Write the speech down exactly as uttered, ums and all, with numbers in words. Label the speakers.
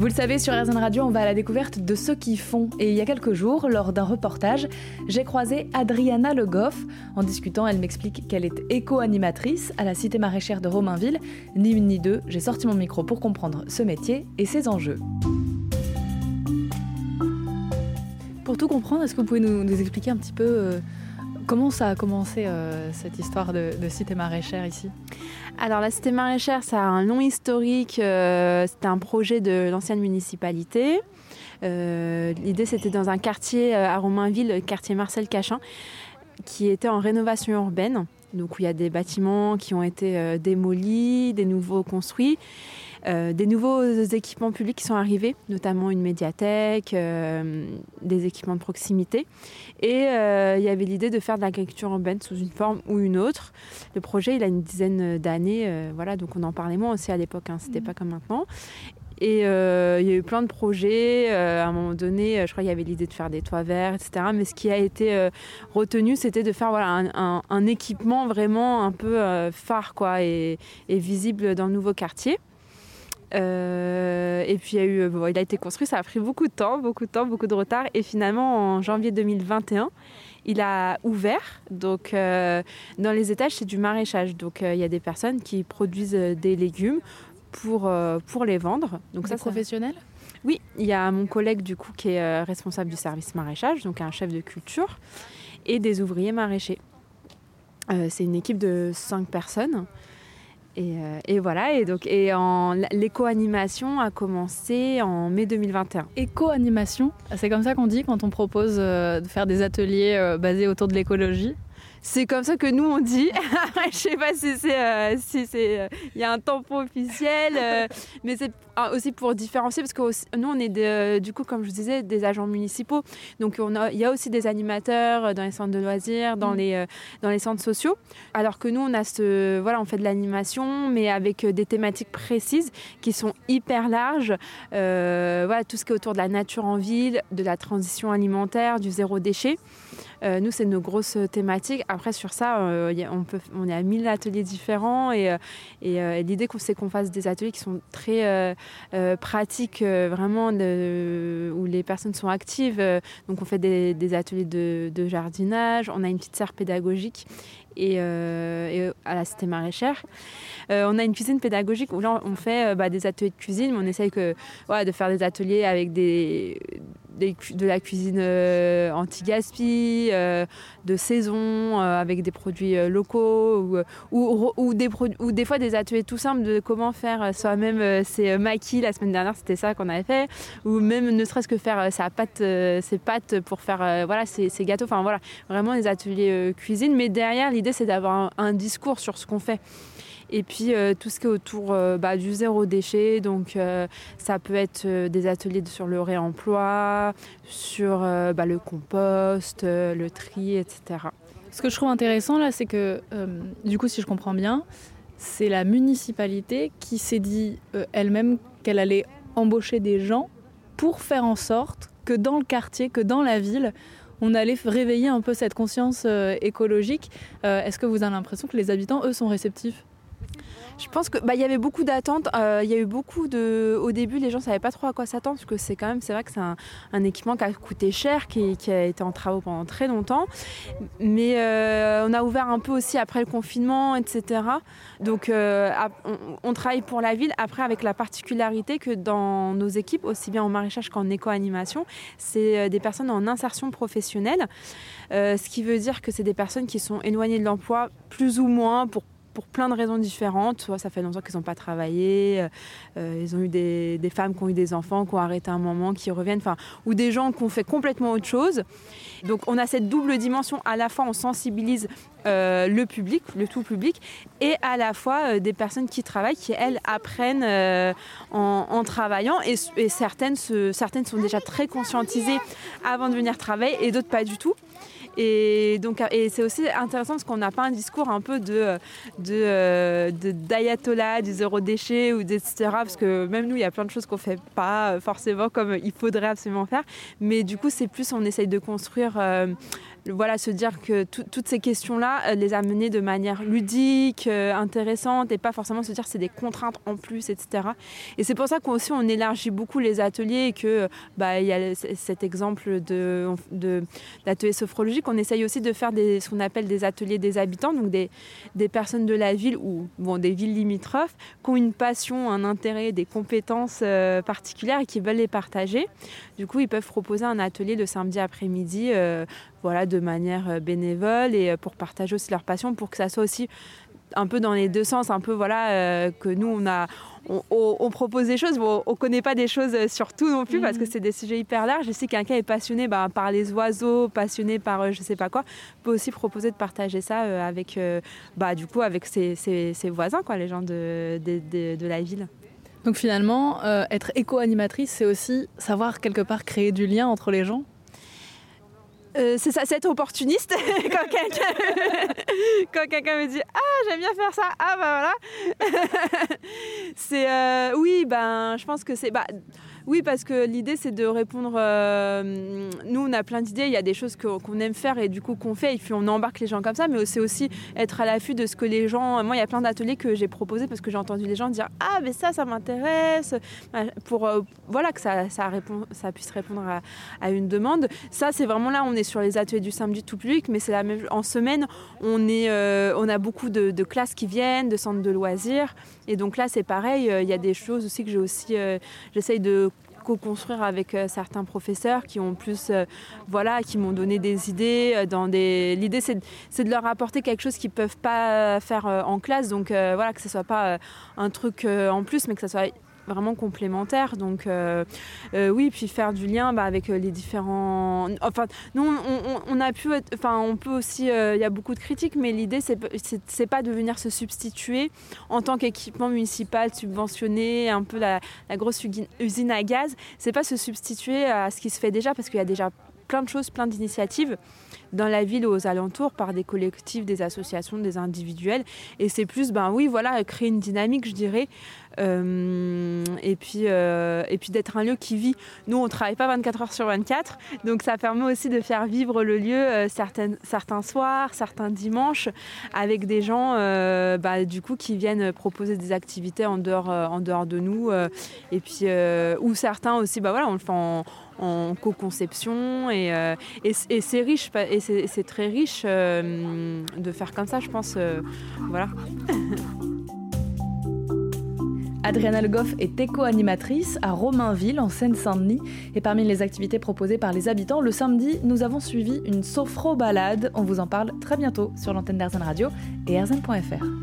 Speaker 1: Vous le savez, sur R Z N Radio, on va à la découverte de ceux qui font. Et il y a quelques jours, lors d'un reportage, j'ai croisé Adriana Le Goff. En discutant, elle m'explique qu'elle est éco-animatrice à la cité maraîchère de Romainville. Ni une ni deux, j'ai sorti mon micro pour comprendre ce métier et ses enjeux. Pour tout comprendre, est-ce que vous pouvez nous, nous expliquer un petit peu euh, comment ça a commencé euh, cette histoire de, de cité maraîchère ici ?
Speaker 2: Alors la cité maraîchère, ça a un long historique. Euh, c'était un projet de l'ancienne municipalité. Euh, l'idée, c'était dans un quartier euh, à Romainville, le quartier Marcel Cachin, qui était en rénovation urbaine. Donc où il y a des bâtiments qui ont été euh, démolis, des nouveaux construits. Euh, des nouveaux équipements publics qui sont arrivés, notamment une médiathèque, euh, des équipements de proximité. Et euh, il y avait l'idée de faire de l'agriculture urbaine sous une forme ou une autre. Le projet, il a une dizaine d'années, euh, voilà, donc on en parlait moins aussi à l'époque, hein, c'était mmh. pas comme maintenant. Et euh, il y a eu plein de projets. Euh, à un moment donné, je crois qu'il y avait l'idée de faire des toits verts, et cetera. Mais ce qui a été euh, retenu, c'était de faire voilà, un, un, un équipement vraiment un peu euh, phare quoi, et, et visible dans le nouveau quartier. Euh, et puis il, y a eu, bon, il a été construit, ça a pris beaucoup de temps, beaucoup de temps, beaucoup de retard. Et finalement, en janvier deux mille vingt et un, il a ouvert. Donc, euh, dans les étages, c'est du maraîchage. Donc, euh, il y a des personnes qui produisent des légumes pour, euh, pour les vendre. Donc,
Speaker 1: des
Speaker 2: ça,
Speaker 1: professionnels ?
Speaker 2: Oui, il y a mon collègue du coup qui est euh, responsable du service maraîchage, donc un chef de culture, et des ouvriers maraîchers. Euh, c'est une équipe de cinq personnes. Et, euh, et voilà, et donc et en, l'éco-animation a commencé en mai deux mille vingt et un.
Speaker 1: Éco-animation, c'est comme ça qu'on dit quand on propose euh, de faire des ateliers euh, basés autour de l'écologie ?
Speaker 2: C'est comme ça que nous on dit. Je sais pas si c'est euh, si c'est il euh, y a un tampon officiel, euh, mais c'est aussi pour différencier parce que aussi, nous on est de, du coup comme je vous disais des agents municipaux, donc on a il y a aussi des animateurs dans les centres de loisirs, dans mmh. les euh, dans les centres sociaux, alors que nous on a ce voilà on fait de l'animation mais avec des thématiques précises qui sont hyper larges. Euh, voilà tout ce qui est autour de la nature en ville, de la transition alimentaire, du zéro déchet. Euh, nous, c'est nos grosses thématiques. Après, sur ça, euh, y a, on, peut, on est à mille ateliers différents et, euh, et, euh, et l'idée, c'est qu'on fasse des ateliers qui sont très euh, euh, pratiques, euh, vraiment, de, où les personnes sont actives. Euh, donc, on fait des, des ateliers de, de jardinage. On a une petite serre pédagogique et, euh, et à la cité maraîchère. Euh, on a une cuisine pédagogique où là, on fait euh, bah, des ateliers de cuisine, mais on essaye que, voilà, de faire des ateliers avec des... Des, de la cuisine euh, anti-gaspi, euh, de saison, euh, avec des produits euh, locaux, ou, ou, ou, des produ- ou des fois des ateliers tout simples de comment faire soi-même euh, ses maquis. La semaine dernière, c'était ça qu'on avait fait, ou même ne serait-ce que faire euh, sa pâte, euh, ses pâtes pour faire euh, voilà, ses, ses gâteaux. Enfin voilà, vraiment des ateliers euh, cuisine. Mais derrière, l'idée, c'est d'avoir un, un discours sur ce qu'on fait. Et puis euh, tout ce qui est autour euh, bah, du zéro déchet, donc euh, ça peut être euh, des ateliers sur le réemploi, sur euh, bah, le compost, euh, le tri, et cetera.
Speaker 1: Ce que je trouve intéressant là, c'est que euh, du coup, si je comprends bien, c'est la municipalité qui s'est dit euh, elle-même qu'elle allait embaucher des gens pour faire en sorte que dans le quartier, que dans la ville, on allait réveiller un peu cette conscience euh, écologique. Euh, est-ce que vous avez l'impression que les habitants, eux, sont réceptifs ?
Speaker 2: Je pense que bah il y avait beaucoup d'attentes. Euh, il y a eu beaucoup de. Au début, les gens savaient pas trop à quoi s'attendre parce que c'est quand même, c'est vrai que c'est un, un équipement qui a coûté cher, qui, qui a été en travaux pendant très longtemps. Mais euh, on a ouvert un peu aussi après le confinement, et cetera. Donc euh, on, on travaille pour la ville. Après, avec la particularité que dans nos équipes, aussi bien en maraîchage qu'en éco-animation, c'est des personnes en insertion professionnelle. Euh, ce qui veut dire que c'est des personnes qui sont éloignées de l'emploi plus ou moins pour pour plein de raisons différentes. Soit ça fait longtemps qu'ils n'ont pas travaillé, euh, ils ont eu des, des femmes qui ont eu des enfants, qui ont arrêté un moment, qui reviennent, enfin, ou des gens qui ont fait complètement autre chose. Donc on a cette double dimension, à la fois on sensibilise euh, le public, le tout public, et à la fois euh, des personnes qui travaillent, qui elles apprennent euh, en, en travaillant, et, et certaines, se, certaines sont déjà très conscientisées avant de venir travailler, et d'autres pas du tout. Et, donc, et c'est aussi intéressant parce qu'on n'a pas un discours un peu de, de, de, d'ayatollah, du zéro déchet, ou et cetera. Parce que même nous, il y a plein de choses qu'on ne fait pas forcément comme il faudrait absolument faire. Mais du coup, c'est plus, on essaye de construire... Euh, Voilà, se dire que tout, toutes ces questions-là, euh, les amener de manière ludique, euh, intéressante, et pas forcément se dire que c'est des contraintes en plus, et cetera. Et c'est pour ça qu'on aussi on élargit beaucoup les ateliers et que bah il y a cet exemple de, de d'atelier sophrologique. On essaye aussi de faire des, ce qu'on appelle des ateliers des habitants, donc des, des personnes de la ville ou bon des villes limitrophes qui ont une passion, un intérêt, des compétences euh, particulières et qui veulent les partager. Du coup, ils peuvent proposer un atelier le samedi après-midi. Euh, voilà, de manière bénévole et pour partager aussi leur passion, pour que ça soit aussi un peu dans les deux sens, un peu voilà, euh, que nous on a, on, on, on propose des choses, bon, on connaît pas des choses sur tout non plus mmh. parce que c'est des sujets hyper larges. Et si quelqu'un est passionné bah, par les oiseaux, passionné par euh, je sais pas quoi, peut aussi proposer de partager ça euh, avec, euh, bah, du coup, avec ses, ses, ses voisins, quoi, les gens de, de, de, de la ville.
Speaker 1: Donc finalement, euh, être éco-animatrice, c'est aussi savoir quelque part créer du lien entre les gens.
Speaker 2: Euh, c'est ça, c'est être opportuniste. quand, quelqu'un... quand quelqu'un me dit « Ah, j'aime bien faire ça !» Ah, bah voilà. c'est, euh, oui, ben, je pense que c'est... Bah, oui, parce que l'idée, c'est de répondre... Euh, nous, on a plein d'idées, il y a des choses que, qu'on aime faire et du coup qu'on fait, et puis on embarque les gens comme ça, mais c'est aussi être à l'affût de ce que les gens... Moi, il y a plein d'ateliers que j'ai proposés parce que j'ai entendu les gens dire « Ah, mais ça, ça m'intéresse !» Pour euh, voilà, que ça, ça, répond, ça puisse répondre à, à une demande. Ça, c'est vraiment là, on est sur les ateliers du samedi tout public, mais c'est la même... En semaine, on, est, euh, on a beaucoup de, de classes qui viennent, de centres de loisirs, et donc là, c'est pareil, il euh, y a des choses aussi que j'ai aussi... Euh, j'essaye de co-construire avec euh, certains professeurs qui ont plus, euh, voilà, qui m'ont donné des idées. Euh, dans des... L'idée, c'est de, c'est de leur apporter quelque chose qu'ils ne peuvent pas faire euh, en classe. Donc, euh, voilà, que ce ne soit pas euh, un truc euh, en plus, mais que ce soit vraiment complémentaire. Donc, euh, euh, oui, puis faire du lien bah, avec euh, les différents... Enfin, nous, on, on, on a pu... Être... Enfin, on peut aussi... Il euh, y a beaucoup de critiques, mais l'idée, c'est, c'est, c'est pas de venir se substituer en tant qu'équipement municipal subventionné, un peu la, la grosse usine à gaz. C'est pas se substituer à ce qui se fait déjà, parce qu'il y a déjà plein de choses, plein d'initiatives dans la ville ou aux alentours par des collectifs, des associations, des individuels. Et c'est plus, ben oui, voilà, créer une dynamique, je dirais, euh, et puis euh, et puis d'être un lieu qui vit. Nous, on travaille pas vingt-quatre heures sur vingt-quatre, donc ça permet aussi de faire vivre le lieu euh, certaines, certains soirs, certains dimanches, avec des gens, euh, bah, du coup, qui viennent proposer des activités en dehors, euh, en dehors de nous, euh, et puis euh, ou certains aussi, bah voilà, on le fait en en co-conception et, euh, et, et c'est riche et c'est, c'est très riche euh, de faire comme ça, je pense, euh, voilà.
Speaker 1: Adriana Le Goff est éco-animatrice à Romainville, en Seine-Saint-Denis. Et parmi les activités proposées par les habitants, le samedi, nous avons suivi une sophro-balade. On vous en parle très bientôt sur l'antenne d'Airzen Radio et airzen point f r.